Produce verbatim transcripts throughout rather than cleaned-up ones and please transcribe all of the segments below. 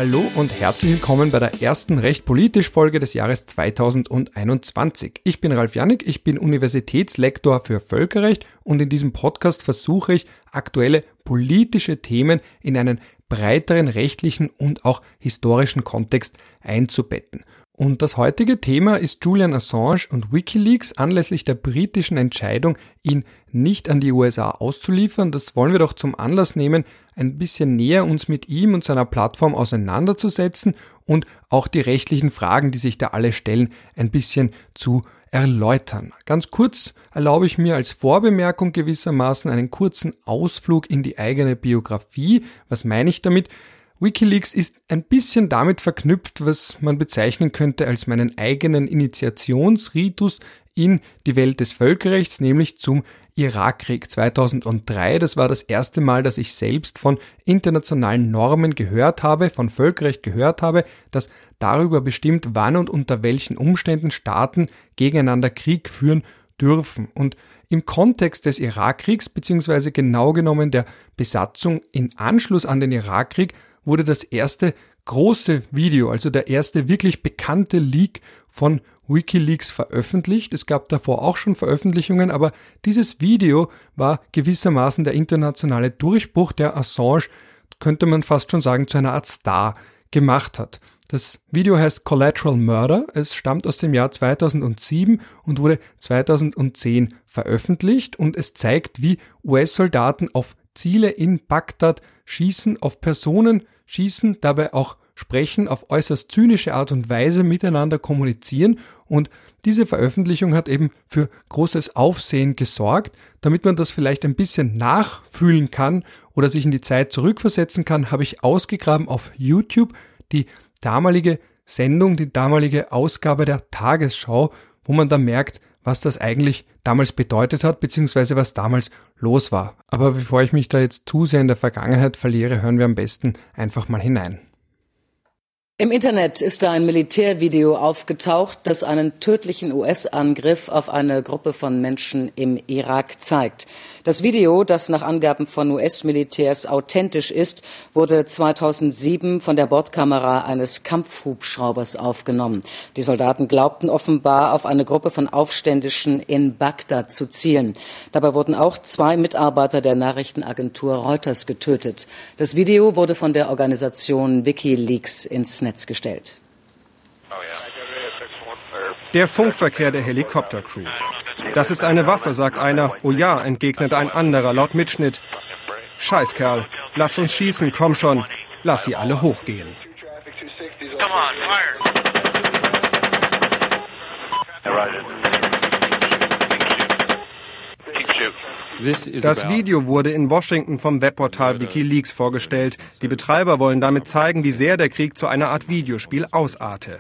Hallo und herzlich willkommen bei der ersten Recht politisch Folge des Jahres zweitausendeinundzwanzig. Ich bin Ralf Jannig, ich bin Universitätslektor für Völkerrecht und in diesem Podcast versuche ich, aktuelle politische Themen in einen breiteren rechtlichen und auch historischen Kontext einzubetten. Und das heutige Thema ist Julian Assange und WikiLeaks anlässlich der britischen Entscheidung, ihn nicht an die U S A auszuliefern. Das wollen wir doch zum Anlass nehmen, ein bisschen näher uns mit ihm und seiner Plattform auseinanderzusetzen und auch die rechtlichen Fragen, die sich da alle stellen, ein bisschen zu erläutern. Ganz kurz erlaube ich mir als Vorbemerkung gewissermaßen einen kurzen Ausflug in die eigene Biografie. Was meine ich damit? WikiLeaks ist ein bisschen damit verknüpft, was man bezeichnen könnte als meinen eigenen Initiationsritus in die Welt des Völkerrechts, nämlich zum Irakkrieg zweitausenddrei. Das war das erste Mal, dass ich selbst von internationalen Normen gehört habe, von Völkerrecht gehört habe, das darüber bestimmt, wann und unter welchen Umständen Staaten gegeneinander Krieg führen dürfen. Und im Kontext des Irakkriegs, beziehungsweise genau genommen der Besatzung in Anschluss an den Irakkrieg, wurde das erste große Video, also der erste wirklich bekannte Leak von WikiLeaks veröffentlicht. Es gab davor auch schon Veröffentlichungen, aber dieses Video war gewissermaßen der internationale Durchbruch, der Assange, könnte man fast schon sagen, zu einer Art Star gemacht hat. Das Video heißt Collateral Murder, es stammt aus dem Jahr zweitausendsieben und wurde zweitausendzehn veröffentlicht und es zeigt, wie U S-Soldaten auf Ziele in Bagdad schießen, auf Personen schießen, dabei auch sprechen, auf äußerst zynische Art und Weise miteinander kommunizieren, und diese Veröffentlichung hat eben für großes Aufsehen gesorgt. Damit man das vielleicht ein bisschen nachfühlen kann oder sich in die Zeit zurückversetzen kann, habe ich ausgegraben auf YouTube die damalige Sendung, die damalige Ausgabe der Tagesschau, wo man da merkt, was das eigentlich damals bedeutet hat, beziehungsweise was damals los war. Aber bevor ich mich da jetzt zu sehr in der Vergangenheit verliere, hören wir am besten einfach mal hinein. Im Internet ist da ein Militärvideo aufgetaucht, das einen tödlichen U S-Angriff auf eine Gruppe von Menschen im Irak zeigt. Das Video, das nach Angaben von U S-Militärs authentisch ist, wurde zweitausendsieben von der Bordkamera eines Kampfhubschraubers aufgenommen. Die Soldaten glaubten offenbar, auf eine Gruppe von Aufständischen in Bagdad zu zielen. Dabei wurden auch zwei Mitarbeiter der Nachrichtenagentur Reuters getötet. Das Video wurde von der Organisation WikiLeaks ins Netz gestellt. Der Funkverkehr der Helikoptercrew. Das ist eine Waffe, sagt einer. Oh ja, entgegnet ein anderer laut Mitschnitt. Scheißkerl, lass uns schießen, komm schon. Lass sie alle hochgehen. Come on, fire. Das Video wurde in Washington vom Webportal WikiLeaks vorgestellt. Die Betreiber wollen damit zeigen, wie sehr der Krieg zu einer Art Videospiel ausarte.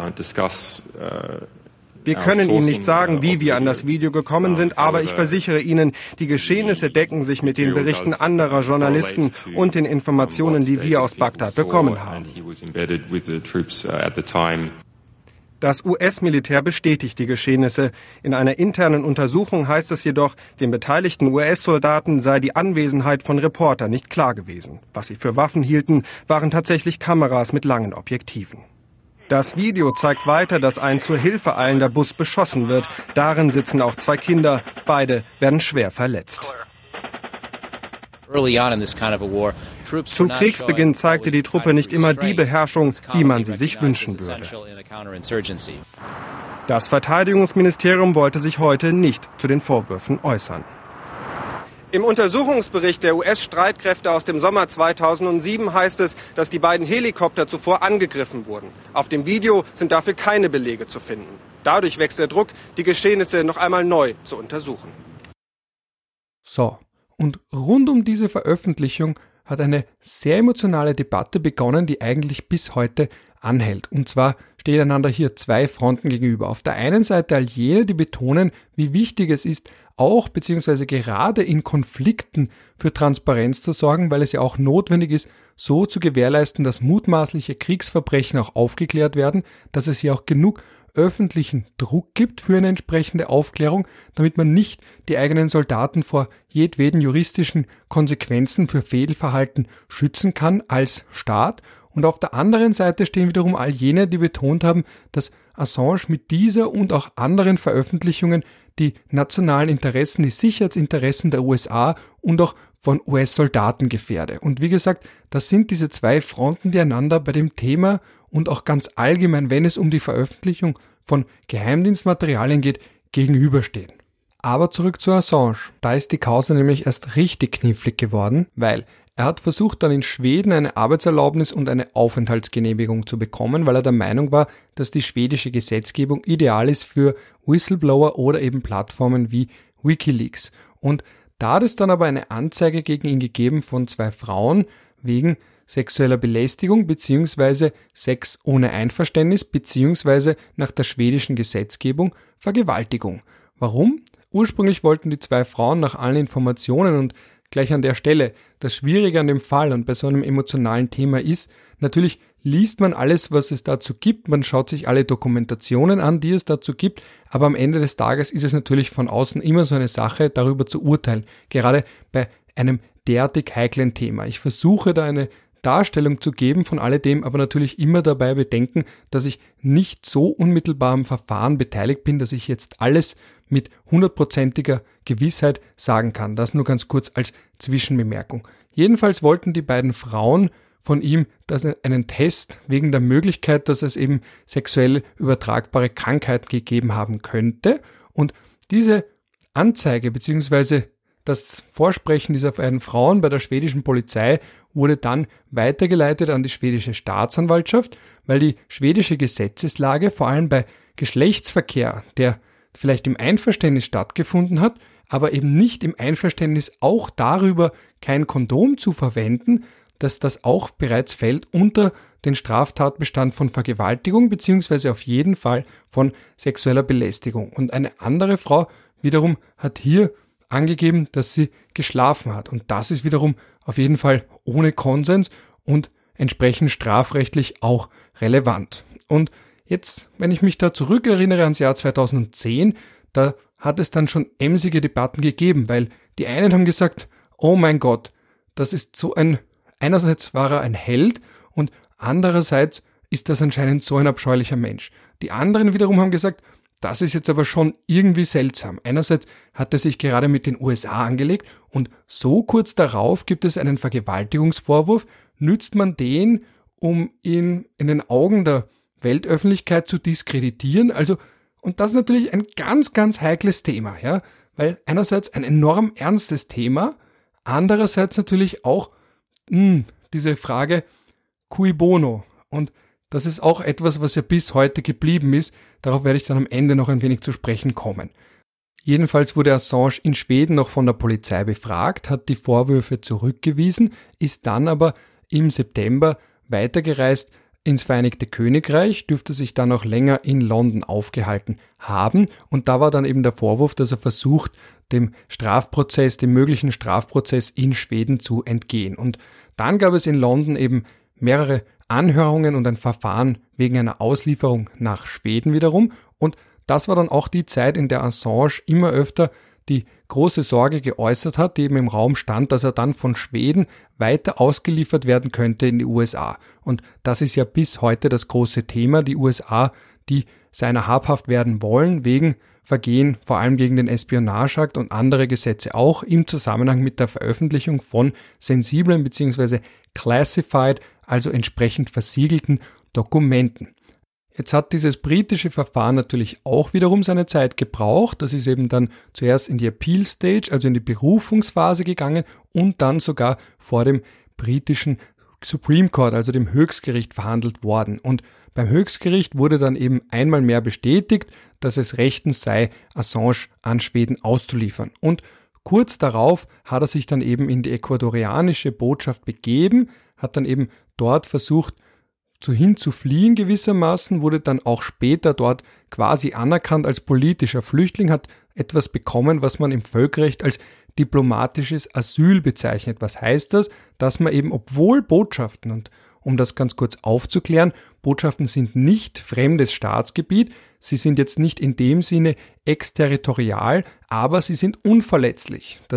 Wir können Ihnen nicht sagen, wie wir an das Video gekommen sind, aber ich versichere Ihnen, die Geschehnisse decken sich mit den Berichten anderer Journalisten und den Informationen, die wir aus Bagdad bekommen haben. Das U S-Militär bestätigt die Geschehnisse. In einer internen Untersuchung heißt es jedoch, den beteiligten U S-Soldaten sei die Anwesenheit von Reportern nicht klar gewesen. Was sie für Waffen hielten, waren tatsächlich Kameras mit langen Objektiven. Das Video zeigt weiter, dass ein zur Hilfe eilender Bus beschossen wird. Darin sitzen auch zwei Kinder. Beide werden schwer verletzt. Zu Kriegsbeginn zeigte die Truppe nicht immer die Beherrschung, wie man sie sich wünschen würde. Das Verteidigungsministerium wollte sich heute nicht zu den Vorwürfen äußern. Im Untersuchungsbericht der U S-Streitkräfte aus dem Sommer zweitausendsieben heißt es, dass die beiden Helikopter zuvor angegriffen wurden. Auf dem Video sind dafür keine Belege zu finden. Dadurch wächst der Druck, die Geschehnisse noch einmal neu zu untersuchen. So. Und rund um diese Veröffentlichung hat eine sehr emotionale Debatte begonnen, die eigentlich bis heute anhält. Und zwar stehen einander hier zwei Fronten gegenüber. Auf der einen Seite all jene, die betonen, wie wichtig es ist, auch bzw. gerade in Konflikten für Transparenz zu sorgen, weil es ja auch notwendig ist, so zu gewährleisten, dass mutmaßliche Kriegsverbrechen auch aufgeklärt werden, dass es hier auch genug öffentlichen Druck gibt für eine entsprechende Aufklärung, damit man nicht die eigenen Soldaten vor jedweden juristischen Konsequenzen für Fehlverhalten schützen kann als Staat. Und auf der anderen Seite stehen wiederum all jene, die betont haben, dass Assange mit dieser und auch anderen Veröffentlichungen die nationalen Interessen, die Sicherheitsinteressen der U S A und auch von U S-Soldaten gefährde. Und wie gesagt, das sind diese zwei Fronten, die einander bei dem Thema und auch ganz allgemein, wenn es um die Veröffentlichung von Geheimdienstmaterialien geht, gegenüberstehen. Aber zurück zu Assange. Da ist die Causa nämlich erst richtig knifflig geworden, weil er hat versucht, dann in Schweden eine Arbeitserlaubnis und eine Aufenthaltsgenehmigung zu bekommen, weil er der Meinung war, dass die schwedische Gesetzgebung ideal ist für Whistleblower oder eben Plattformen wie WikiLeaks. Und da hat es dann aber eine Anzeige gegen ihn gegeben von zwei Frauen wegen sexueller Belästigung bzw. Sex ohne Einverständnis bzw. nach der schwedischen Gesetzgebung Vergewaltigung. Warum? Ursprünglich wollten die zwei Frauen nach allen Informationen und gleich an der Stelle, das Schwierige an dem Fall und bei so einem emotionalen Thema ist, natürlich liest man alles, was es dazu gibt, man schaut sich alle Dokumentationen an, die es dazu gibt, aber am Ende des Tages ist es natürlich von außen immer so eine Sache, darüber zu urteilen, gerade bei einem derartig heiklen Thema. Ich versuche da eine Darstellung zu geben von alledem, aber natürlich immer dabei bedenken, dass ich nicht so unmittelbar am Verfahren beteiligt bin, dass ich jetzt alles mit hundertprozentiger Gewissheit sagen kann. Das nur ganz kurz als Zwischenbemerkung. Jedenfalls wollten die beiden Frauen von ihm dass einen Test wegen der Möglichkeit, dass es eben sexuell übertragbare Krankheiten gegeben haben könnte. Und diese Anzeige bzw. das Vorsprechen dieser beiden Frauen bei der schwedischen Polizei wurde dann weitergeleitet an die schwedische Staatsanwaltschaft, weil die schwedische Gesetzeslage vor allem bei Geschlechtsverkehr, der vielleicht im Einverständnis stattgefunden hat, aber eben nicht im Einverständnis auch darüber, kein Kondom zu verwenden, dass das auch bereits fällt unter den Straftatbestand von Vergewaltigung beziehungsweise auf jeden Fall von sexueller Belästigung. Und eine andere Frau wiederum hat hier angegeben, dass sie geschlafen hat. Und das ist wiederum auf jeden Fall ohne Konsens und entsprechend strafrechtlich auch relevant. Und jetzt, wenn ich mich da zurückerinnere ans Jahr zweitausendzehn, da hat es dann schon emsige Debatten gegeben, weil die einen haben gesagt, oh mein Gott, das ist so ein, einerseits war er ein Held und andererseits ist das anscheinend so ein abscheulicher Mensch. Die anderen wiederum haben gesagt, das ist jetzt aber schon irgendwie seltsam. Einerseits hat er sich gerade mit den U S A angelegt und so kurz darauf gibt es einen Vergewaltigungsvorwurf, nützt man den, um ihn in den Augen der Weltöffentlichkeit zu diskreditieren. Also, und das ist natürlich ein ganz, ganz heikles Thema, ja, weil einerseits ein enorm ernstes Thema, andererseits natürlich auch mh, diese Frage cui bono. Und das ist auch etwas, was ja bis heute geblieben ist. Darauf werde ich dann am Ende noch ein wenig zu sprechen kommen. Jedenfalls wurde Assange in Schweden noch von der Polizei befragt, hat die Vorwürfe zurückgewiesen, ist dann aber im September weitergereist ins Vereinigte Königreich, dürfte sich dann auch länger in London aufgehalten haben. Und da war dann eben der Vorwurf, dass er versucht, dem Strafprozess, dem möglichen Strafprozess in Schweden zu entgehen. Und dann gab es in London eben mehrere Anhörungen und ein Verfahren wegen einer Auslieferung nach Schweden wiederum. Und das war dann auch die Zeit, in der Assange immer öfter die große Sorge geäußert hat, die eben im Raum stand, dass er dann von Schweden weiter ausgeliefert werden könnte in die U S A. Und das ist ja bis heute das große Thema, die U S A, die seiner habhaft werden wollen, wegen Vergehen, vor allem gegen den Espionage-Akt und andere Gesetze auch im Zusammenhang mit der Veröffentlichung von sensiblen bzw. classified, also entsprechend versiegelten Dokumenten. Jetzt hat dieses britische Verfahren natürlich auch wiederum seine Zeit gebraucht. Das ist eben dann zuerst in die Appeal Stage, also in die Berufungsphase gegangen und dann sogar vor dem britischen Supreme Court, also dem Höchstgericht, verhandelt worden. Und beim Höchstgericht wurde dann eben einmal mehr bestätigt, dass es rechtens sei, Assange an Schweden auszuliefern. Und kurz darauf hat er sich dann eben in die ecuadorianische Botschaft begeben, hat dann eben dort versucht, zu hinzufliehen gewissermaßen, wurde dann auch später dort quasi anerkannt als politischer Flüchtling, hat etwas bekommen, was man im Völkerrecht als diplomatisches Asyl bezeichnet. Was heißt das? Dass man eben, obwohl Botschaften, und um das ganz kurz aufzuklären, Botschaften sind nicht fremdes Staatsgebiet, sie sind jetzt nicht in dem Sinne exterritorial, aber sie sind unverletzlich. Das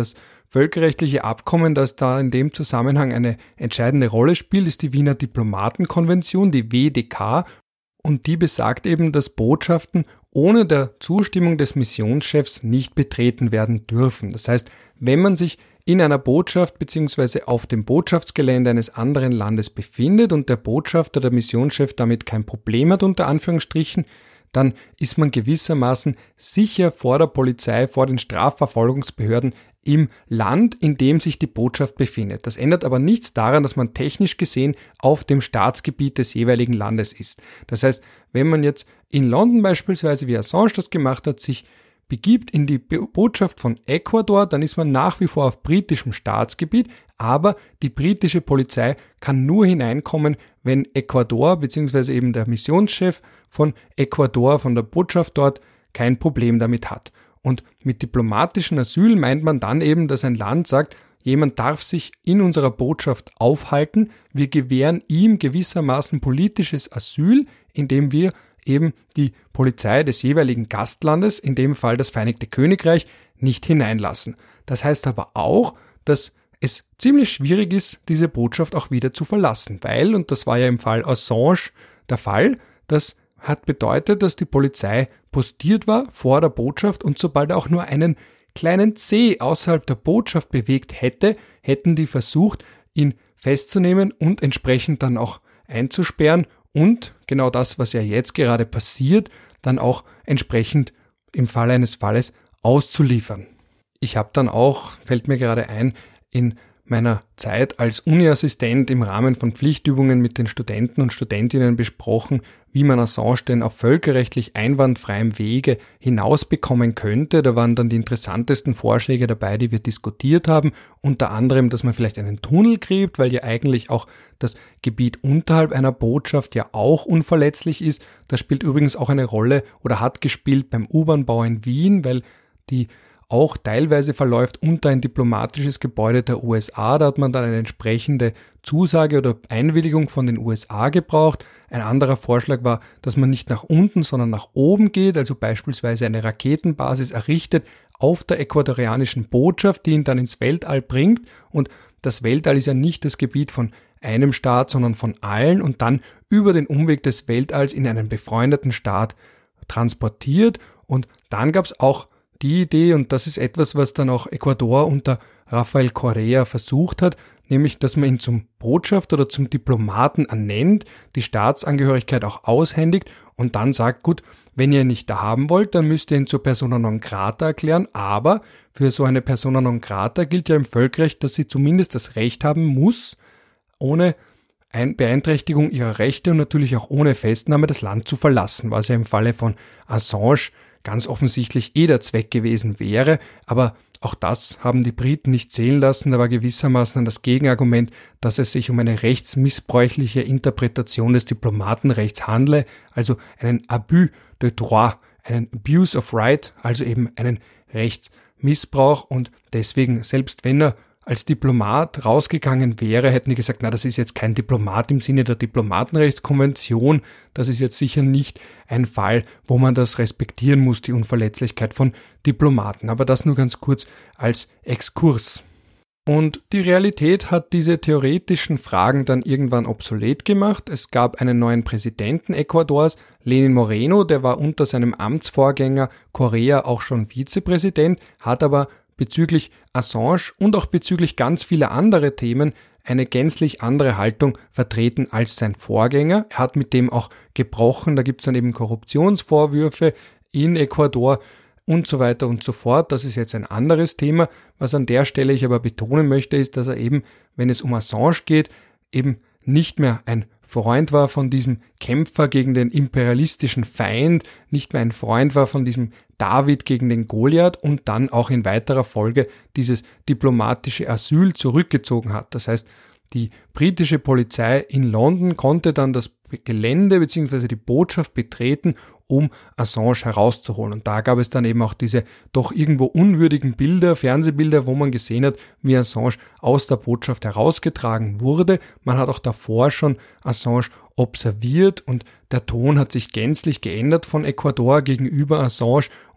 völkerrechtliche Abkommen, das da in dem Zusammenhang eine entscheidende Rolle spielt, ist die Wiener Diplomatenkonvention, die W D K, und die besagt eben, dass Botschaften ohne der Zustimmung des Missionschefs nicht betreten werden dürfen. Das heißt, wenn man sich in einer Botschaft bzw. auf dem Botschaftsgelände eines anderen Landes befindet und der Botschafter, der Missionschef damit kein Problem hat, unter Anführungsstrichen, dann ist man gewissermaßen sicher vor der Polizei, vor den Strafverfolgungsbehörden im Land, in dem sich die Botschaft befindet. Das ändert aber nichts daran, dass man technisch gesehen auf dem Staatsgebiet des jeweiligen Landes ist. Das heißt, wenn man jetzt in London beispielsweise, wie Assange das gemacht hat, sich begibt in die Botschaft von Ecuador, dann ist man nach wie vor auf britischem Staatsgebiet, aber die britische Polizei kann nur hineinkommen, wenn Ecuador bzw. eben der Missionschef von Ecuador, von der Botschaft dort, kein Problem damit hat. Und mit diplomatischem Asyl meint man dann eben, dass ein Land sagt, jemand darf sich in unserer Botschaft aufhalten, wir gewähren ihm gewissermaßen politisches Asyl, indem wir eben die Polizei des jeweiligen Gastlandes, in dem Fall das Vereinigte Königreich, nicht hineinlassen. Das heißt aber auch, dass es ziemlich schwierig ist, diese Botschaft auch wieder zu verlassen, weil, und das war ja im Fall Assange der Fall, das hat bedeutet, dass die Polizei postiert war vor der Botschaft und sobald er auch nur einen kleinen Zeh außerhalb der Botschaft bewegt hätte, hätten die versucht, ihn festzunehmen und entsprechend dann auch einzusperren und genau das, was ja jetzt gerade passiert, dann auch entsprechend im Fall eines Falles auszuliefern. Ich habe dann auch, fällt mir gerade ein, in meiner Zeit als Uniassistent im Rahmen von Pflichtübungen mit den Studenten und Studentinnen besprochen, wie man Assange denn auf völkerrechtlich einwandfreiem Wege hinausbekommen könnte. Da waren dann die interessantesten Vorschläge dabei, die wir diskutiert haben, unter anderem, dass man vielleicht einen Tunnel gräbt, weil ja eigentlich auch das Gebiet unterhalb einer Botschaft ja auch unverletzlich ist. Das spielt übrigens auch eine Rolle oder hat gespielt beim U-Bahn-Bau in Wien, weil die auch teilweise verläuft unter ein diplomatisches Gebäude der U S A. Da hat man dann eine entsprechende Zusage oder Einwilligung von den U S A gebraucht. Ein anderer Vorschlag war, dass man nicht nach unten, sondern nach oben geht, also beispielsweise eine Raketenbasis errichtet auf der ecuadorianischen Botschaft, die ihn dann ins Weltall bringt. Und das Weltall ist ja nicht das Gebiet von einem Staat, sondern von allen und dann über den Umweg des Weltalls in einen befreundeten Staat transportiert. Und dann gab es auch die Idee, und das ist etwas, was dann auch Ecuador unter Rafael Correa versucht hat, nämlich, dass man ihn zum Botschafter oder zum Diplomaten ernennt, die Staatsangehörigkeit auch aushändigt und dann sagt, gut, wenn ihr ihn nicht da haben wollt, dann müsst ihr ihn zur Persona non grata erklären, aber für so eine Persona non grata gilt ja im Völkerrecht, dass sie zumindest das Recht haben muss, ohne Beeinträchtigung ihrer Rechte und natürlich auch ohne Festnahme das Land zu verlassen, was ja im Falle von Assange ganz offensichtlich eh der Zweck gewesen wäre, aber auch das haben die Briten nicht zählen lassen. Da war gewissermaßen das Gegenargument, dass es sich um eine rechtsmissbräuchliche Interpretation des Diplomatenrechts handle, also einen Abus de droit, einen Abuse of right, also eben einen Rechtsmissbrauch und deswegen, selbst wenn er als Diplomat rausgegangen wäre, hätten die gesagt, na, das ist jetzt kein Diplomat im Sinne der Diplomatenrechtskonvention, das ist jetzt sicher nicht ein Fall, wo man das respektieren muss, die Unverletzlichkeit von Diplomaten. Aber das nur ganz kurz als Exkurs. Und die Realität hat diese theoretischen Fragen dann irgendwann obsolet gemacht. Es gab einen neuen Präsidenten Ecuadors, Lenin Moreno, der war unter seinem Amtsvorgänger Correa auch schon Vizepräsident, hat aber bezüglich Assange und auch bezüglich ganz vieler anderer Themen eine gänzlich andere Haltung vertreten als sein Vorgänger. Er hat mit dem auch gebrochen, da gibt es dann eben Korruptionsvorwürfe in Ecuador und so weiter und so fort. Das ist jetzt ein anderes Thema. Was an der Stelle ich aber betonen möchte, ist, dass er eben, wenn es um Assange geht, eben nicht mehr ein Freund war von diesem Kämpfer gegen den imperialistischen Feind, nicht mehr ein Freund war von diesem David gegen den Goliath und dann auch in weiterer Folge dieses diplomatische Asyl zurückgezogen hat. Das heißt, die britische Polizei in London konnte dann das Gelände bzw. die Botschaft betreten, um Assange herauszuholen. Und da gab es dann eben auch diese doch irgendwo unwürdigen Bilder, Fernsehbilder, wo man gesehen hat, wie Assange aus der Botschaft herausgetragen wurde. Man hat auch davor schon Assange observiert und der Ton hat sich gänzlich geändert von Ecuador gegenüber Assange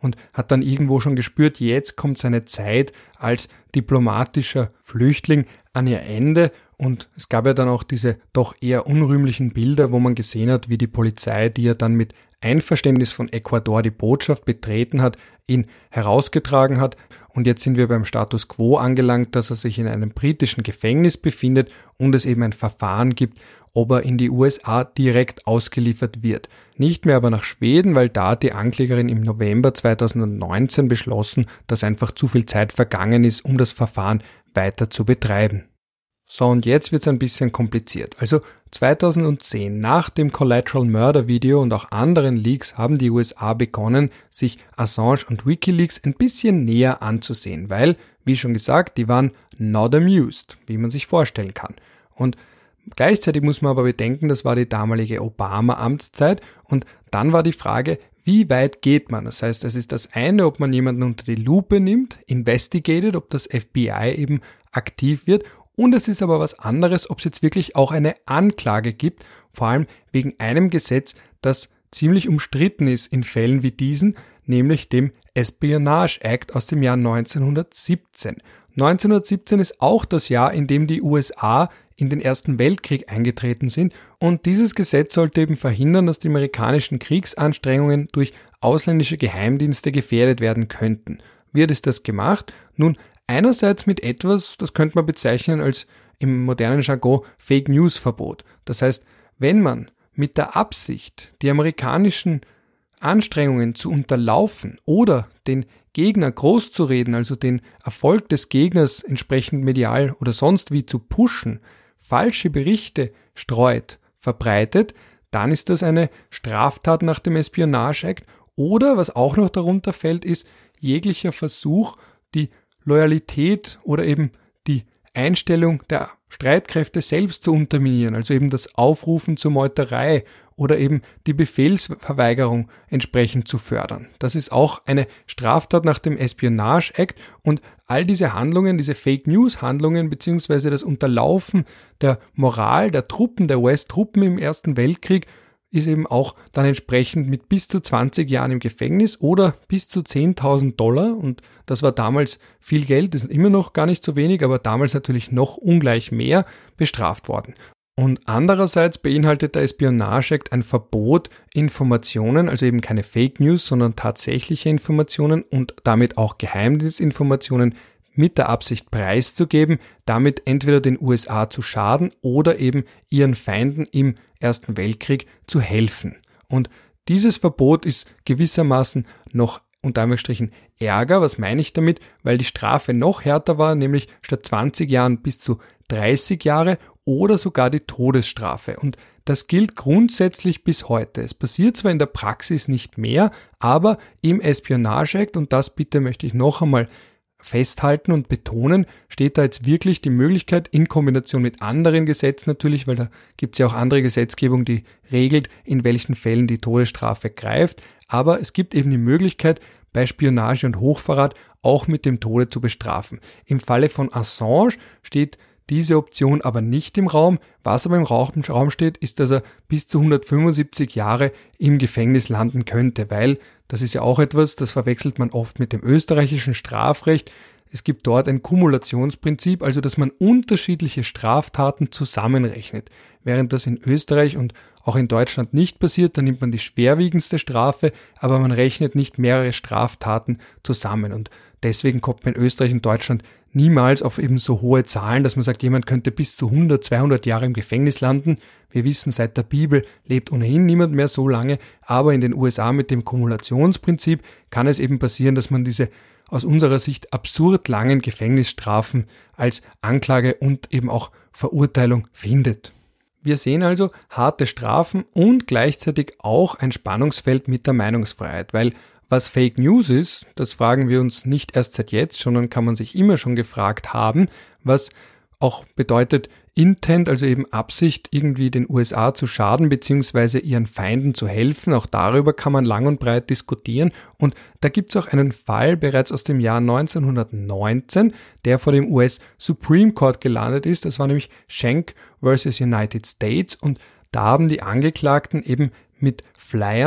und hat dann irgendwo schon gespürt, jetzt kommt seine Zeit als diplomatischer Flüchtling an ihr Ende. Und es gab ja dann auch diese doch eher unrühmlichen Bilder, wo man gesehen hat, wie die Polizei, die ja dann mit Einverständnis von Ecuador die Botschaft betreten hat, ihn herausgetragen hat. Und jetzt sind wir beim Status quo angelangt, dass er sich in einem britischen Gefängnis befindet und es eben ein Verfahren gibt, ob er in die U S A direkt ausgeliefert wird. Nicht mehr aber nach Schweden, weil da hat die Anklägerin im November zweitausendneunzehn beschlossen, dass einfach zu viel Zeit vergangen ist, um das Verfahren weiter zu betreiben. So, und jetzt wird's ein bisschen kompliziert. Also zweitausendzehn, nach dem Collateral Murder Video und auch anderen Leaks, haben die U S A begonnen, sich Assange und WikiLeaks ein bisschen näher anzusehen, weil, wie schon gesagt, die waren not amused, wie man sich vorstellen kann. Und gleichzeitig muss man aber bedenken, das war die damalige Obama-Amtszeit und dann war die Frage, wie weit geht man? Das heißt, es ist das eine, ob man jemanden unter die Lupe nimmt, investigated, ob das F B I eben aktiv wird. Und es ist aber was anderes, ob es jetzt wirklich auch eine Anklage gibt, vor allem wegen einem Gesetz, das ziemlich umstritten ist in Fällen wie diesen, nämlich dem Espionage Act aus dem Jahr neunzehnhundertsiebzehn. neunzehnhundertsiebzehn ist auch das Jahr, in dem die U S A in den Ersten Weltkrieg eingetreten sind und dieses Gesetz sollte eben verhindern, dass die amerikanischen Kriegsanstrengungen durch ausländische Geheimdienste gefährdet werden könnten. Wird ist das gemacht? Nun, einerseits mit etwas, das könnte man bezeichnen als im modernen Jargon Fake News Verbot. Das heißt, wenn man mit der Absicht, die amerikanischen Anstrengungen zu unterlaufen oder den Gegner groß zu reden, also den Erfolg des Gegners entsprechend medial oder sonst wie zu pushen, falsche Berichte streut, verbreitet, dann ist das eine Straftat nach dem Espionage Act oder, was auch noch darunter fällt, ist jeglicher Versuch, die Loyalität oder eben die Einstellung der Streitkräfte selbst zu unterminieren, also eben das Aufrufen zur Meuterei oder eben die Befehlsverweigerung entsprechend zu fördern. Das ist auch eine Straftat nach dem Espionage Act und all diese Handlungen, diese Fake News Handlungen beziehungsweise das Unterlaufen der Moral der Truppen, der U S-Truppen im Ersten Weltkrieg ist eben auch dann entsprechend mit bis zu zwanzig Jahren im Gefängnis oder bis zu zehntausend Dollar und das war damals viel Geld, das ist immer noch gar nicht so wenig, aber damals natürlich noch ungleich mehr bestraft worden. Und andererseits beinhaltet der Espionage Act ein Verbot, Informationen, also eben keine Fake News, sondern tatsächliche Informationen und damit auch Geheimdienstinformationen mit der Absicht preiszugeben, damit entweder den U S A zu schaden oder eben ihren Feinden im Ersten Weltkrieg zu helfen. Und dieses Verbot ist gewissermaßen noch unter Anführungsstrichen Ärger. Was meine ich damit? Weil die Strafe noch härter war, nämlich statt zwanzig Jahren bis zu dreißig Jahre oder sogar die Todesstrafe. Und das gilt grundsätzlich bis heute. Es passiert zwar in der Praxis nicht mehr, aber im Espionage Act, und das bitte möchte ich noch einmal festhalten und betonen, steht da jetzt wirklich die Möglichkeit in Kombination mit anderen Gesetzen natürlich, weil da gibt es ja auch andere Gesetzgebung, die regelt, in welchen Fällen die Todesstrafe greift, aber es gibt eben die Möglichkeit, bei Spionage und Hochverrat auch mit dem Tode zu bestrafen. Im Falle von Assange steht diese Option aber nicht im Raum. Was aber im Raum steht, ist, dass er bis zu hundertfünfundsiebzig Jahre im Gefängnis landen könnte, weil das ist ja auch etwas, das verwechselt man oft mit dem österreichischen Strafrecht. Es gibt dort ein Kumulationsprinzip, also dass man unterschiedliche Straftaten zusammenrechnet. Während das in Österreich und auch in Deutschland nicht passiert, dann nimmt man die schwerwiegendste Strafe, aber man rechnet nicht mehrere Straftaten zusammen. Und deswegen kommt man in Österreich und Deutschland niemals auf eben so hohe Zahlen, dass man sagt, jemand könnte bis zu hundert, zweihundert Jahre im Gefängnis landen. Wir wissen, seit der Bibel lebt ohnehin niemand mehr so lange, aber in den U S A mit dem Kumulationsprinzip kann es eben passieren, dass man diese aus unserer Sicht absurd langen Gefängnisstrafen als Anklage und eben auch Verurteilung findet. Wir sehen also harte Strafen und gleichzeitig auch ein Spannungsfeld mit der Meinungsfreiheit, weil was Fake News ist, das fragen wir uns nicht erst seit jetzt, sondern kann man sich immer schon gefragt haben, was auch bedeutet Intent, also eben Absicht, irgendwie den U S A zu schaden bzw. ihren Feinden zu helfen. Auch darüber kann man lang und breit diskutieren und da gibt es auch einen Fall bereits aus dem Jahr neunzehnhundertneunzehn, der vor dem U S Supreme Court gelandet ist. Das war nämlich Schenck versus United States und da haben die Angeklagten eben mit Flyern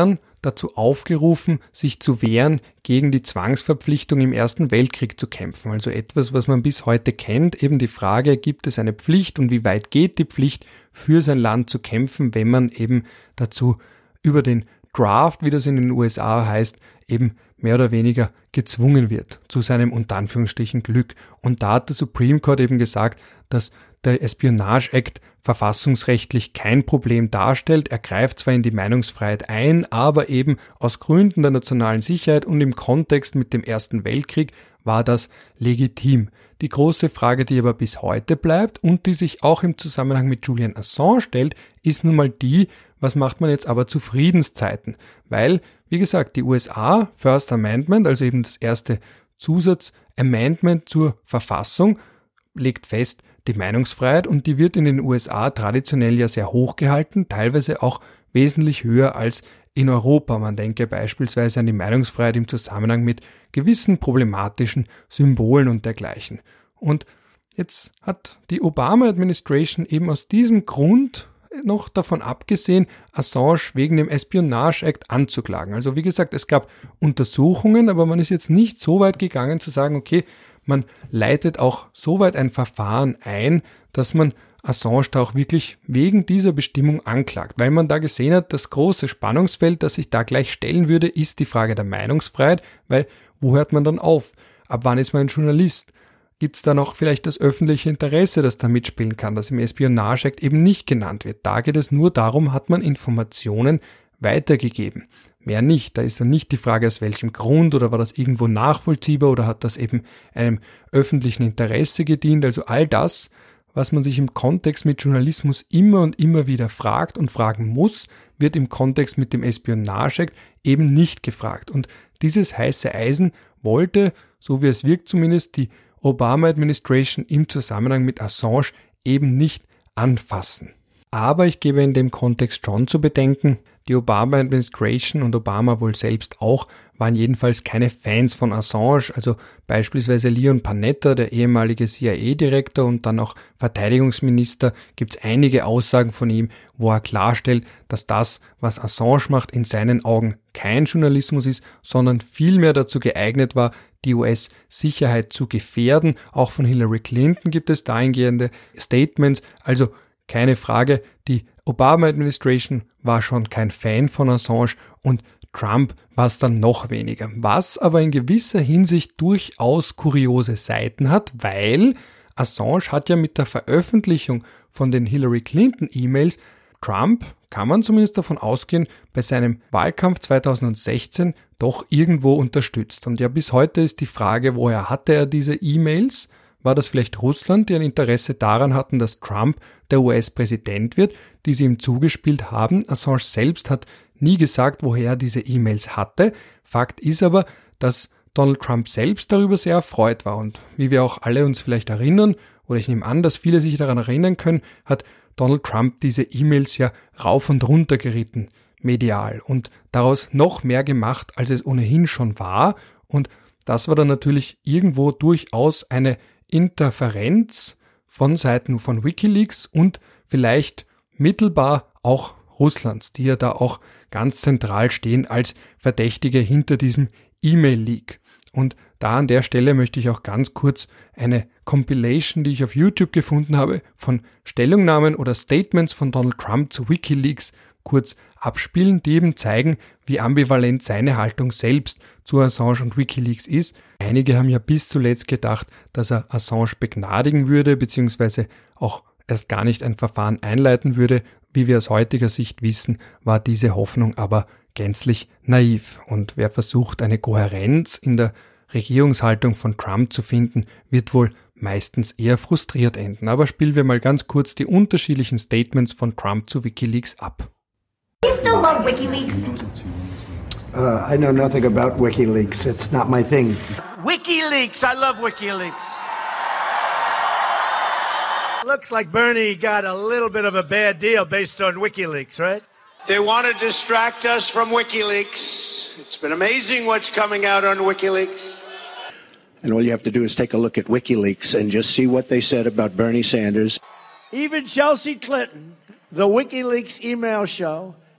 dazu aufgerufen, sich zu wehren, gegen die Zwangsverpflichtung im Ersten Weltkrieg zu kämpfen. Also etwas, was man bis heute kennt, eben die Frage, gibt es eine Pflicht und wie weit geht die Pflicht, für sein Land zu kämpfen, wenn man eben dazu über den Draft, wie das in den U S A heißt, eben mehr oder weniger gezwungen wird, zu seinem unter Anführungsstrichen Glück. Und da hat der Supreme Court eben gesagt, dass der Espionage Act verfassungsrechtlich kein Problem darstellt. Er greift zwar in die Meinungsfreiheit ein, aber eben aus Gründen der nationalen Sicherheit und im Kontext mit dem Ersten Weltkrieg war das legitim. Die große Frage, die aber bis heute bleibt und die sich auch im Zusammenhang mit Julian Assange stellt, ist nun mal die, was macht man jetzt aber zu Friedenszeiten? Weil, wie gesagt, die U S A, First Amendment, also eben das erste Zusatz-Amendment zur Verfassung, legt fest, die Meinungsfreiheit, und die wird in den U S A traditionell ja sehr hoch gehalten, teilweise auch wesentlich höher als in Europa. Man denke beispielsweise an die Meinungsfreiheit im Zusammenhang mit gewissen problematischen Symbolen und dergleichen. Und jetzt hat die Obama-Administration eben aus diesem Grund noch davon abgesehen, Assange wegen dem Espionage Act anzuklagen. Also wie gesagt, es gab Untersuchungen, aber man ist jetzt nicht so weit gegangen zu sagen, okay, man leitet auch so weit ein Verfahren ein, dass man Assange da auch wirklich wegen dieser Bestimmung anklagt, weil man da gesehen hat, das große Spannungsfeld, das sich da gleich stellen würde, ist die Frage der Meinungsfreiheit, weil wo hört man dann auf? Ab wann ist man ein Journalist? Gibt es da noch vielleicht das öffentliche Interesse, das da mitspielen kann, das im Espionage Act eben nicht genannt wird? Da geht es nur darum, hat man Informationen weitergegeben. Mehr nicht. Da ist dann nicht die Frage, aus welchem Grund oder war das irgendwo nachvollziehbar oder hat das eben einem öffentlichen Interesse gedient. Also all das, was man sich im Kontext mit Journalismus immer und immer wieder fragt und fragen muss, wird im Kontext mit dem Espionage Act eben nicht gefragt. Und dieses heiße Eisen wollte, so wie es wirkt zumindest, die Obama-Administration im Zusammenhang mit Assange eben nicht anfassen. Aber ich gebe in dem Kontext schon zu bedenken, die Obama-Administration und Obama wohl selbst auch waren jedenfalls keine Fans von Assange, also beispielsweise Leon Panetta, der ehemalige C I A-Direktor und dann auch Verteidigungsminister, gibt es einige Aussagen von ihm, wo er klarstellt, dass das, was Assange macht, in seinen Augen kein Journalismus ist, sondern vielmehr dazu geeignet war, die U S-Sicherheit zu gefährden. Auch von Hillary Clinton gibt es dahingehende Statements, also keine Frage, die Obama-Administration war schon kein Fan von Assange und Trump war es dann noch weniger. Was aber in gewisser Hinsicht durchaus kuriose Seiten hat, weil Assange hat ja mit der Veröffentlichung von den Hillary Clinton-E-Mails Trump, kann man zumindest davon ausgehen, bei seinem Wahlkampf zweitausendsechzehn doch irgendwo unterstützt. Und ja, bis heute ist die Frage, woher hatte er diese E-Mails? War das vielleicht Russland, die ein Interesse daran hatten, dass Trump der U S-Präsident wird, die sie ihm zugespielt haben? Assange selbst hat nie gesagt, woher er diese E-Mails hatte. Fakt ist aber, dass Donald Trump selbst darüber sehr erfreut war. Und wie wir auch alle uns vielleicht erinnern, oder ich nehme an, dass viele sich daran erinnern können, hat Donald Trump diese E-Mails ja rauf und runter geritten, medial, und daraus noch mehr gemacht, als es ohnehin schon war. Und das war dann natürlich irgendwo durchaus eine Interferenz von Seiten von WikiLeaks und vielleicht mittelbar auch Russlands, die ja da auch ganz zentral stehen als Verdächtige hinter diesem E-Mail-Leak. Und da an der Stelle möchte ich auch ganz kurz eine Compilation, die ich auf YouTube gefunden habe, von Stellungnahmen oder Statements von Donald Trump zu WikiLeaks kurz abspielen, die eben zeigen, wie ambivalent seine Haltung selbst zu Assange und WikiLeaks ist. Einige haben ja bis zuletzt gedacht, dass er Assange begnadigen würde, beziehungsweise auch erst gar nicht ein Verfahren einleiten würde. Wie wir aus heutiger Sicht wissen, war diese Hoffnung aber gänzlich naiv. Und wer versucht, eine Kohärenz in der Regierungshaltung von Trump zu finden, wird wohl meistens eher frustriert enden. Aber spielen wir mal ganz kurz die unterschiedlichen Statements von Trump zu WikiLeaks ab. You still love WikiLeaks? Uh, I know nothing about WikiLeaks. It's not my thing. WikiLeaks! I love WikiLeaks. Looks like Bernie got a little bit of a bad deal based on WikiLeaks, right? They want to distract us from WikiLeaks. It's been amazing what's coming out on WikiLeaks. And all you have to do is take a look at WikiLeaks and just see what they said about Bernie Sanders. Even Chelsea Clinton, the WikiLeaks email show,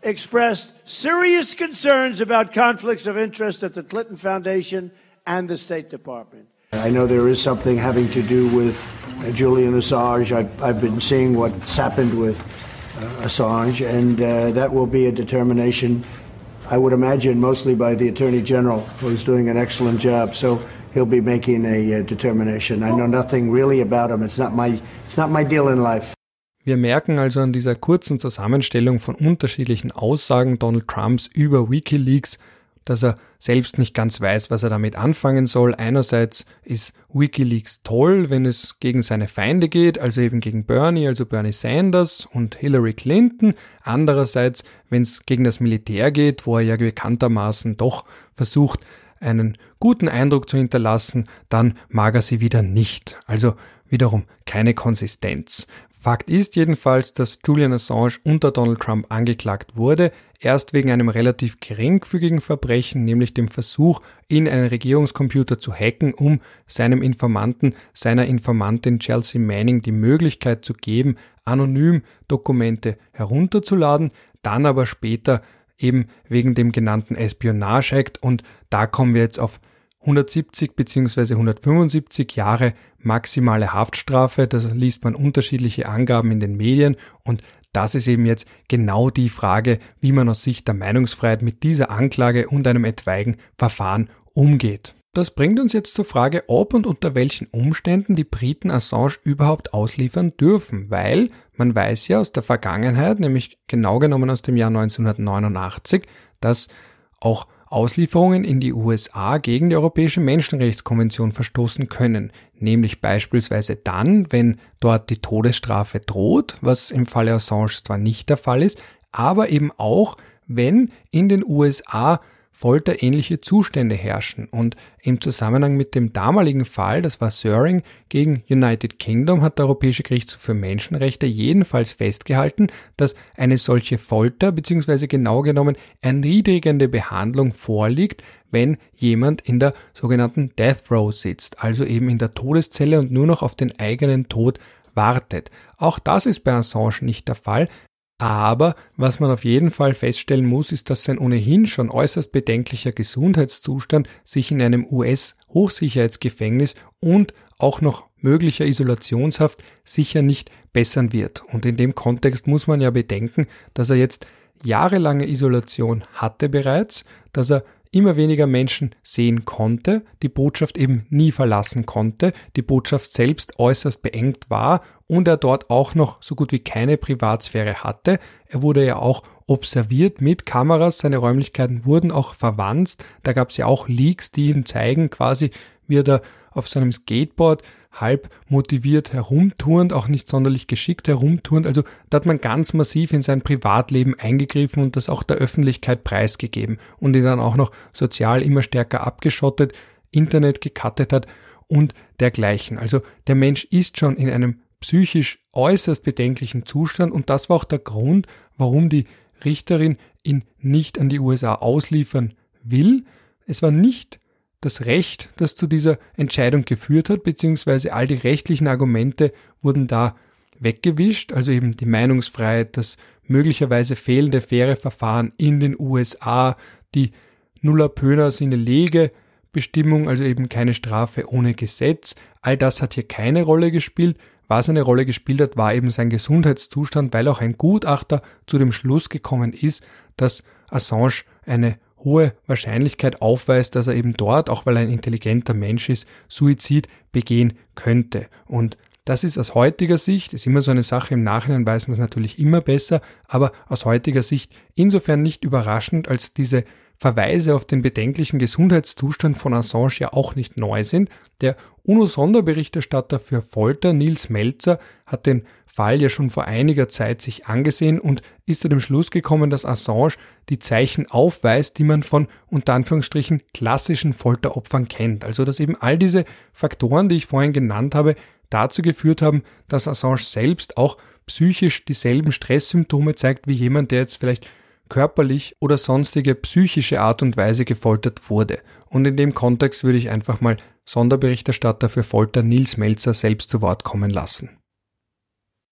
expressed serious concerns about conflicts of interest at the Clinton Foundation and the State Department. I know there is something having to do with uh, Julian Assange. I've, I've been seeing what's happened with uh, Assange, and uh, that will be a determination, I would imagine, mostly by the Attorney General, who's doing an excellent job. So he'll be making a uh, determination. I know nothing really about him. It's not my, it's not my deal in life. Wir merken also an dieser kurzen Zusammenstellung von unterschiedlichen Aussagen Donald Trumps über WikiLeaks, dass er selbst nicht ganz weiß, was er damit anfangen soll. Einerseits ist WikiLeaks toll, wenn es gegen seine Feinde geht, also eben gegen Bernie, also Bernie Sanders und Hillary Clinton. Andererseits, wenn es gegen das Militär geht, wo er ja bekanntermaßen doch versucht, einen guten Eindruck zu hinterlassen, dann mag er sie wieder nicht. Also wiederum keine Konsistenz. Fakt ist jedenfalls, dass Julian Assange unter Donald Trump angeklagt wurde, erst wegen einem relativ geringfügigen Verbrechen, nämlich dem Versuch, in einen Regierungscomputer zu hacken, um seinem Informanten, seiner Informantin Chelsea Manning die Möglichkeit zu geben, anonym Dokumente herunterzuladen, dann aber später eben wegen dem genannten Espionage Act, und da kommen wir jetzt auf hundertsiebzig bzw. hundertfünfundsiebzig Jahre maximale Haftstrafe. Das liest man unterschiedliche Angaben in den Medien, und das ist eben jetzt genau die Frage, wie man aus Sicht der Meinungsfreiheit mit dieser Anklage und einem etwaigen Verfahren umgeht. Das bringt uns jetzt zur Frage, ob und unter welchen Umständen die Briten Assange überhaupt ausliefern dürfen, weil man weiß ja aus der Vergangenheit, nämlich genau genommen aus dem Jahr neunzehnhundertneunundachtzig, dass auch Auslieferungen in die U S A gegen die Europäische Menschenrechtskonvention verstoßen können, nämlich beispielsweise dann, wenn dort die Todesstrafe droht, was im Falle Assange zwar nicht der Fall ist, aber eben auch, wenn in den U S A folterähnliche Zustände herrschen. Und im Zusammenhang mit dem damaligen Fall, das war Söring gegen United Kingdom, hat der Europäische Gerichtshof für Menschenrechte jedenfalls festgehalten, dass eine solche Folter bzw. genau genommen erniedrigende Behandlung vorliegt, wenn jemand in der sogenannten Death Row sitzt, also eben in der Todeszelle und nur noch auf den eigenen Tod wartet. Auch das ist bei Assange nicht der Fall. Aber was man auf jeden Fall feststellen muss, ist, dass sein ohnehin schon äußerst bedenklicher Gesundheitszustand sich in einem U S-Hochsicherheitsgefängnis und auch noch möglicher Isolationshaft sicher nicht bessern wird. Und in dem Kontext muss man ja bedenken, dass er jetzt jahrelange Isolation hatte bereits, dass er immer weniger Menschen sehen konnte, die Botschaft eben nie verlassen konnte, die Botschaft selbst äußerst beengt war und er dort auch noch so gut wie keine Privatsphäre hatte. Er wurde ja auch observiert mit Kameras, seine Räumlichkeiten wurden auch verwanzt, da gab es ja auch Leaks, die ihm zeigen quasi, wie er da auf seinem Skateboard halb motiviert herumturnt, auch nicht sonderlich geschickt herumturnt. Also da hat man ganz massiv in sein Privatleben eingegriffen und das auch der Öffentlichkeit preisgegeben und ihn dann auch noch sozial immer stärker abgeschottet, Internet gecuttet hat und dergleichen. Also der Mensch ist schon in einem psychisch äußerst bedenklichen Zustand und das war auch der Grund, warum die Richterin ihn nicht an die U S A ausliefern will. Es war nicht das Recht, das zu dieser Entscheidung geführt hat, beziehungsweise all die rechtlichen Argumente wurden da weggewischt, also eben die Meinungsfreiheit, das möglicherweise fehlende faire Verfahren in den U S A, die Nulla Pöna sine lege Bestimmung, also eben keine Strafe ohne Gesetz, all das hat hier keine Rolle gespielt. Was eine Rolle gespielt hat, war eben sein Gesundheitszustand, weil auch ein Gutachter zu dem Schluss gekommen ist, dass Assange eine hohe Wahrscheinlichkeit aufweist, dass er eben dort, auch weil er ein intelligenter Mensch ist, Suizid begehen könnte. Und das ist aus heutiger Sicht, ist immer so eine Sache, im Nachhinein weiß man es natürlich immer besser, aber aus heutiger Sicht insofern nicht überraschend, als diese Verweise auf den bedenklichen Gesundheitszustand von Assange ja auch nicht neu sind. Der UNO-Sonderberichterstatter für Folter, Nils Melzer, hat den Fall ja schon vor einiger Zeit sich angesehen und ist zu dem Schluss gekommen, dass Assange die Zeichen aufweist, die man von unter Anführungsstrichen klassischen Folteropfern kennt. Also dass eben all diese Faktoren, die ich vorhin genannt habe, dazu geführt haben, dass Assange selbst auch psychisch dieselben Stresssymptome zeigt wie jemand, der jetzt vielleicht körperlich oder sonstige psychische Art und Weise gefoltert wurde. Und in dem Kontext würde ich einfach mal Sonderberichterstatter für Folter Nils Melzer selbst zu Wort kommen lassen.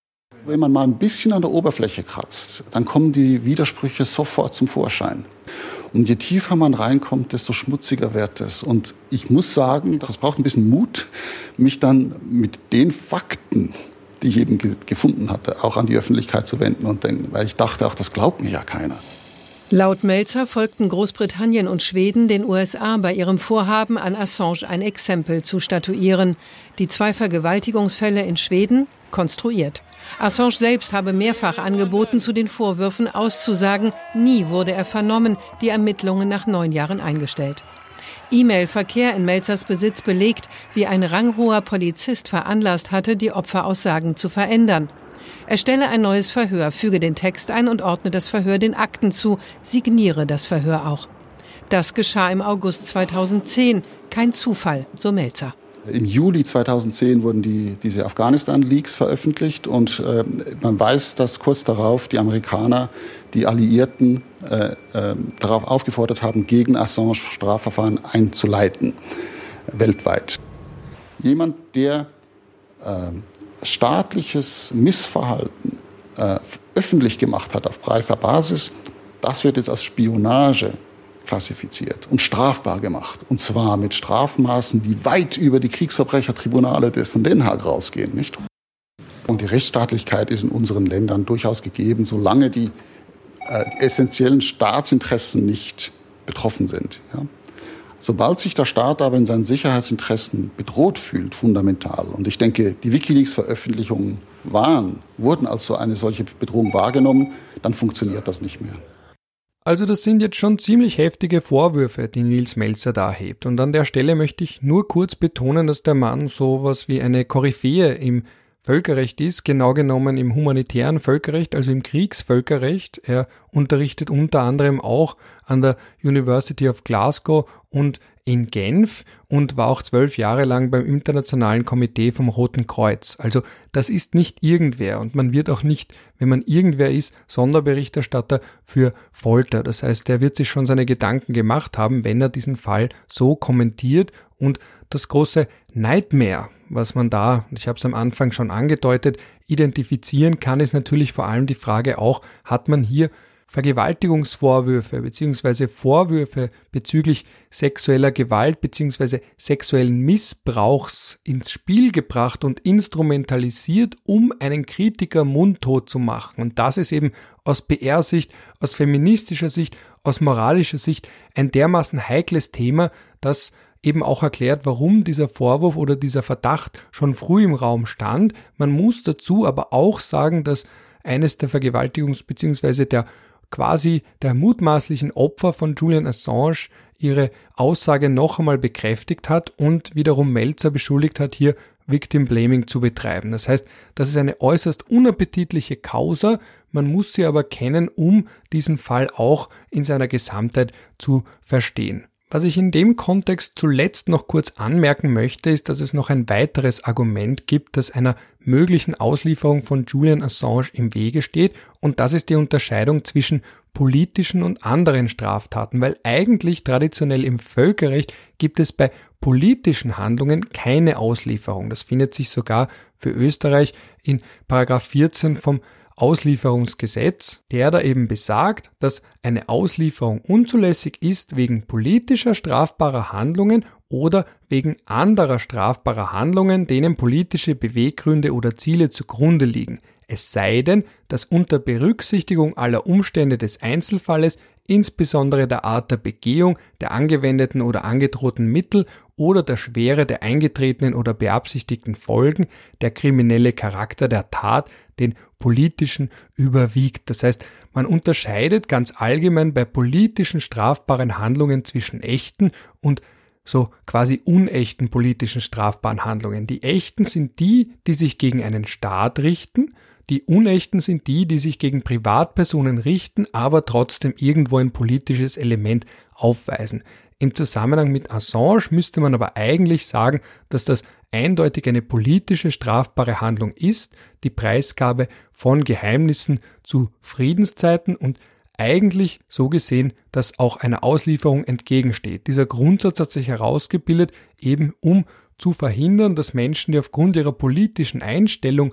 Wenn man mal ein bisschen an der Oberfläche kratzt, dann kommen die Widersprüche sofort zum Vorschein. Und je tiefer man reinkommt, desto schmutziger wird es. Und ich muss sagen, das braucht ein bisschen Mut, mich dann mit den Fakten, die ich eben ge- gefunden hatte, auch an die Öffentlichkeit zu wenden und denken, weil ich dachte auch, das glaubt mir ja keiner. Laut Melzer folgten Großbritannien und Schweden den U S A bei ihrem Vorhaben, an Assange ein Exempel zu statuieren. Die zwei Vergewaltigungsfälle in Schweden konstruiert. Assange selbst habe mehrfach angeboten, zu den Vorwürfen auszusagen. Nie wurde er vernommen, die Ermittlungen nach neun Jahren eingestellt. E-Mail-Verkehr in Melzers Besitz belegt, wie ein ranghoher Polizist veranlasst hatte, die Opferaussagen zu verändern. Erstelle ein neues Verhör, füge den Text ein und ordne das Verhör den Akten zu, signiere das Verhör auch. Das geschah im August zweitausendzehn. Kein Zufall, so Melzer. Im Juli zweitausendzehn wurden die, diese Afghanistan-Leaks veröffentlicht und äh, man weiß, dass kurz darauf die Amerikaner die Alliierten äh, äh, darauf aufgefordert haben, gegen Assange Strafverfahren einzuleiten, äh, weltweit. Jemand, der äh, staatliches Missverhalten äh, öffentlich gemacht hat auf breiter Basis, das wird jetzt als Spionage klassifiziert und strafbar gemacht. Und zwar mit Strafmaßen, die weit über die Kriegsverbrechertribunale von Den Haag rausgehen, nicht? Und die Rechtsstaatlichkeit ist in unseren Ländern durchaus gegeben, solange die äh, essentiellen Staatsinteressen nicht betroffen sind. Ja? Sobald sich der Staat aber in seinen Sicherheitsinteressen bedroht fühlt, fundamental, und ich denke, die WikiLeaks-Veröffentlichungen waren, wurden als so eine solche Bedrohung wahrgenommen, dann funktioniert das nicht mehr. Also das sind jetzt schon ziemlich heftige Vorwürfe, die Nils Melzer da hebt. Und an der Stelle möchte ich nur kurz betonen, dass der Mann sowas wie eine Koryphäe im Völkerrecht ist, genau genommen im humanitären Völkerrecht, also im Kriegsvölkerrecht. Er unterrichtet unter anderem auch an der University of Glasgow und in Genf und war auch zwölf Jahre lang beim Internationalen Komitee vom Roten Kreuz. Also das ist nicht irgendwer und man wird auch nicht, wenn man irgendwer ist, Sonderberichterstatter für Folter. Das heißt, er wird sich schon seine Gedanken gemacht haben, wenn er diesen Fall so kommentiert. Und das große Nightmare, was man da, ich habe es am Anfang schon angedeutet, identifizieren kann, ist natürlich vor allem die Frage auch, hat man hier Vergewaltigungsvorwürfe bzw. Vorwürfe bezüglich sexueller Gewalt bzw. sexuellen Missbrauchs ins Spiel gebracht und instrumentalisiert, um einen Kritiker mundtot zu machen. Und das ist eben aus P R-Sicht, aus feministischer Sicht, aus moralischer Sicht ein dermaßen heikles Thema, das eben auch erklärt, warum dieser Vorwurf oder dieser Verdacht schon früh im Raum stand. Man muss dazu aber auch sagen, dass eines der Vergewaltigungs- bzw. der quasi der mutmaßlichen Opfer von Julian Assange ihre Aussage noch einmal bekräftigt hat und wiederum Melzer beschuldigt hat, hier Victim Blaming zu betreiben. Das heißt, das ist eine äußerst unappetitliche Causa, man muss sie aber kennen, um diesen Fall auch in seiner Gesamtheit zu verstehen. Was ich in dem Kontext zuletzt noch kurz anmerken möchte, ist, dass es noch ein weiteres Argument gibt, das einer möglichen Auslieferung von Julian Assange im Wege steht, und das ist die Unterscheidung zwischen politischen und anderen Straftaten, weil eigentlich traditionell im Völkerrecht gibt es bei politischen Handlungen keine Auslieferung. Das findet sich sogar für Österreich in Paragraph vierzehn vom Auslieferungsgesetz, der da eben besagt, dass eine Auslieferung unzulässig ist wegen politischer strafbarer Handlungen oder wegen anderer strafbarer Handlungen, denen politische Beweggründe oder Ziele zugrunde liegen. Es sei denn, dass unter Berücksichtigung aller Umstände des Einzelfalles, insbesondere der Art der Begehung, der angewendeten oder angedrohten Mittel oder der Schwere der eingetretenen oder beabsichtigten Folgen, der kriminelle Charakter der Tat den politischen überwiegt. Das heißt, man unterscheidet ganz allgemein bei politischen strafbaren Handlungen zwischen echten und so quasi unechten politischen strafbaren Handlungen. Die echten sind die, die sich gegen einen Staat richten, die unechten sind die, die sich gegen Privatpersonen richten, aber trotzdem irgendwo ein politisches Element aufweisen. Im Zusammenhang mit Assange müsste man aber eigentlich sagen, dass das eindeutig eine politische strafbare Handlung ist, die Preisgabe von Geheimnissen zu Friedenszeiten, und eigentlich so gesehen, dass auch einer Auslieferung entgegensteht. Dieser Grundsatz hat sich herausgebildet, eben um zu verhindern, dass Menschen, die aufgrund ihrer politischen Einstellung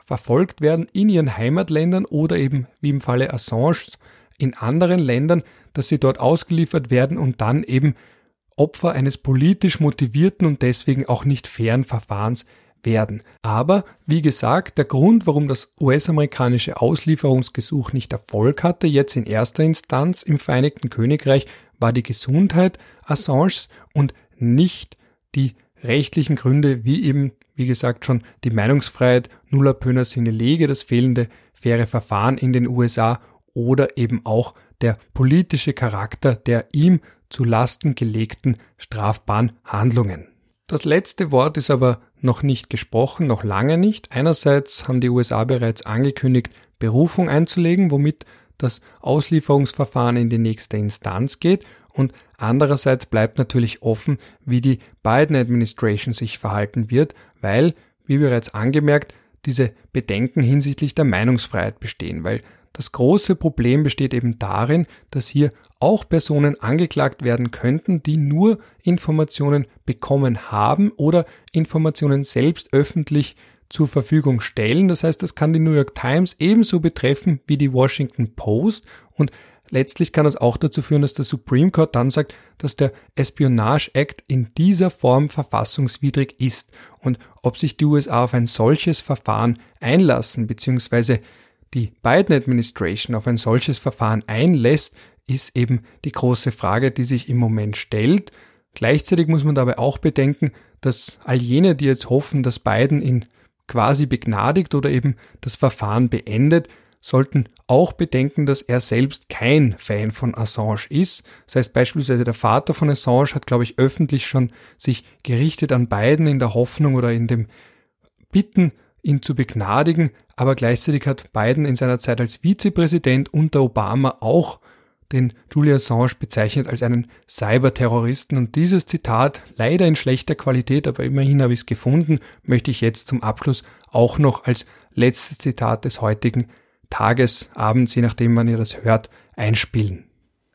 verfolgt werden in ihren Heimatländern oder eben wie im Falle Assange in anderen Ländern, dass sie dort ausgeliefert werden und dann eben Opfer eines politisch motivierten und deswegen auch nicht fairen Verfahrens werden. Aber, wie gesagt, der Grund, warum das U S-amerikanische Auslieferungsgesuch nicht Erfolg hatte, jetzt in erster Instanz im Vereinigten Königreich, war die Gesundheit Assanges und nicht die rechtlichen Gründe, wie eben, wie gesagt, schon die Meinungsfreiheit, nulla pöna sine lege, das fehlende faire Verfahren in den U S A oder eben auch der politische Charakter der ihm zu Lasten gelegten strafbaren Handlungen. Das letzte Wort ist aber noch nicht gesprochen, noch lange nicht. Einerseits haben die U S A bereits angekündigt, Berufung einzulegen, womit das Auslieferungsverfahren in die nächste Instanz geht, und andererseits bleibt natürlich offen, wie die Biden-Administration sich verhalten wird, weil, wie bereits angemerkt, diese Bedenken hinsichtlich der Meinungsfreiheit bestehen, weil das große Problem besteht eben darin, dass hier auch Personen angeklagt werden könnten, die nur Informationen bekommen haben oder Informationen selbst öffentlich zur Verfügung stellen. Das heißt, das kann die New York Times ebenso betreffen wie die Washington Post, und letztlich kann das auch dazu führen, dass der Supreme Court dann sagt, dass der Espionage Act in dieser Form verfassungswidrig ist. Und ob sich die U S A auf ein solches Verfahren einlassen, beziehungsweise die Biden-Administration auf ein solches Verfahren einlässt, ist eben die große Frage, die sich im Moment stellt. Gleichzeitig muss man dabei auch bedenken, dass all jene, die jetzt hoffen, dass Biden ihn quasi begnadigt oder eben das Verfahren beendet, sollten auch bedenken, dass er selbst kein Fan von Assange ist. Das heißt beispielsweise der Vater von Assange hat, glaube ich, öffentlich schon sich gerichtet an Biden in der Hoffnung oder in dem Bitten, ihn zu begnadigen, aber gleichzeitig hat Biden in seiner Zeit als Vizepräsident unter Obama auch den Julian Assange bezeichnet als einen Cyberterroristen, und dieses Zitat, leider in schlechter Qualität, aber immerhin habe ich es gefunden, möchte ich jetzt zum Abschluss auch noch als letztes Zitat des heutigen Tages, abends, je nachdem wann ihr das hört, einspielen.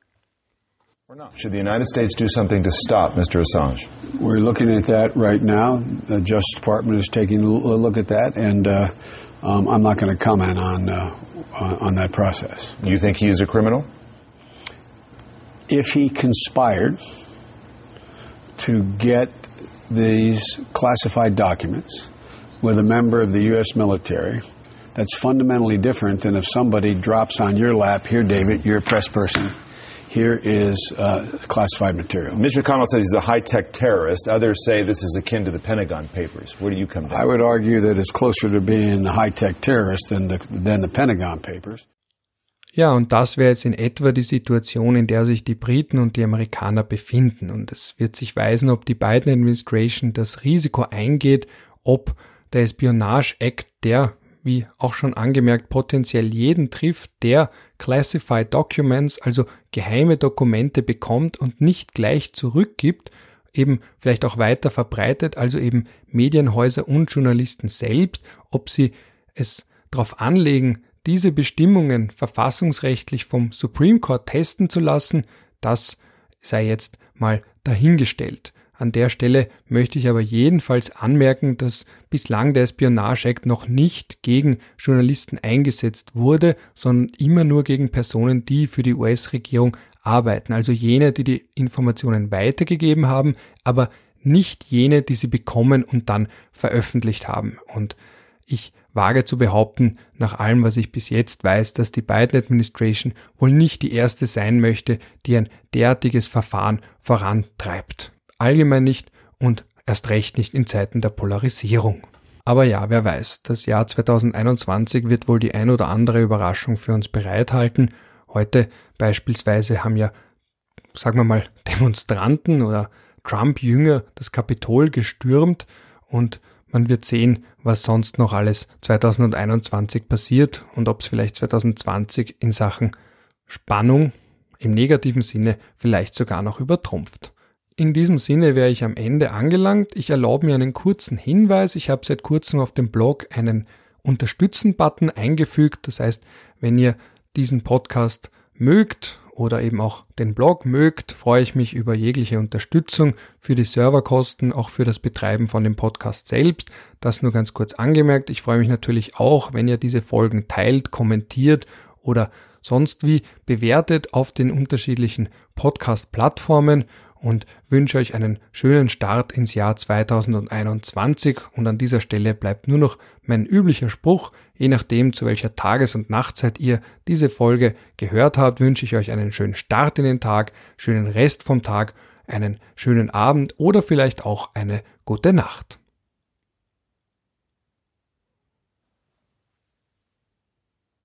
Should the United States do something to stop Mister Assange? We're looking at that right now. The Justice Department is taking a look at that, and uh, um, I'm not going to comment on, uh, on on that process. You think he is a criminal? If he conspired to get these classified documents with a member of the U S military, that's fundamentally different than if somebody drops on your lap, here, David, you're a press person. Here is uh, classified material. Mitch McConnell says he's a high-tech terrorist. Others say this is akin to the Pentagon Papers. Where do you come down? I would argue that it's closer to being a high-tech terrorist than the, than the Pentagon Papers. Ja, und das wäre jetzt in etwa die Situation, in der sich die Briten und die Amerikaner befinden. Und es wird sich weisen, ob die Biden-Administration das Risiko eingeht, ob der Espionage Act, der, wie auch schon angemerkt, potenziell jeden trifft, der Classified Documents, also geheime Dokumente bekommt und nicht gleich zurückgibt, eben vielleicht auch weiter verbreitet, also eben Medienhäuser und Journalisten selbst, ob sie es darauf anlegen, diese Bestimmungen verfassungsrechtlich vom Supreme Court testen zu lassen, das sei jetzt mal dahingestellt. An der Stelle möchte ich aber jedenfalls anmerken, dass bislang der Espionage Act noch nicht gegen Journalisten eingesetzt wurde, sondern immer nur gegen Personen, die für die U S-Regierung arbeiten. Also jene, die die Informationen weitergegeben haben, aber nicht jene, die sie bekommen und dann veröffentlicht haben. Und ich wage zu behaupten, nach allem, was ich bis jetzt weiß, dass die Biden-Administration wohl nicht die erste sein möchte, die ein derartiges Verfahren vorantreibt. Allgemein nicht und erst recht nicht in Zeiten der Polarisierung. Aber ja, wer weiß, das Jahr zwanzig einundzwanzig wird wohl die ein oder andere Überraschung für uns bereithalten. Heute beispielsweise haben ja, sagen wir mal, Demonstranten oder Trump-Jünger das Kapitol gestürmt, und man wird sehen, was sonst noch alles zwanzig einundzwanzig passiert und ob es vielleicht zwanzig zwanzig in Sachen Spannung im negativen Sinne vielleicht sogar noch übertrumpft. In diesem Sinne wäre ich am Ende angelangt. Ich erlaube mir einen kurzen Hinweis. Ich habe seit kurzem auf dem Blog einen Unterstützen-Button eingefügt. Das heißt, wenn ihr diesen Podcast mögt oder eben auch den Blog mögt, freue ich mich über jegliche Unterstützung für die Serverkosten, auch für das Betreiben von dem Podcast selbst. Das nur ganz kurz angemerkt. Ich freue mich natürlich auch, wenn ihr diese Folgen teilt, kommentiert oder sonst wie bewertet auf den unterschiedlichen Podcast-Plattformen und wünsche euch einen schönen Start ins Jahr zweitausendeinundzwanzig. Und an dieser Stelle bleibt nur noch mein üblicher Spruch: Je nachdem, zu welcher Tages- und Nachtzeit ihr diese Folge gehört habt, wünsche ich euch einen schönen Start in den Tag, schönen Rest vom Tag, einen schönen Abend oder vielleicht auch eine gute Nacht.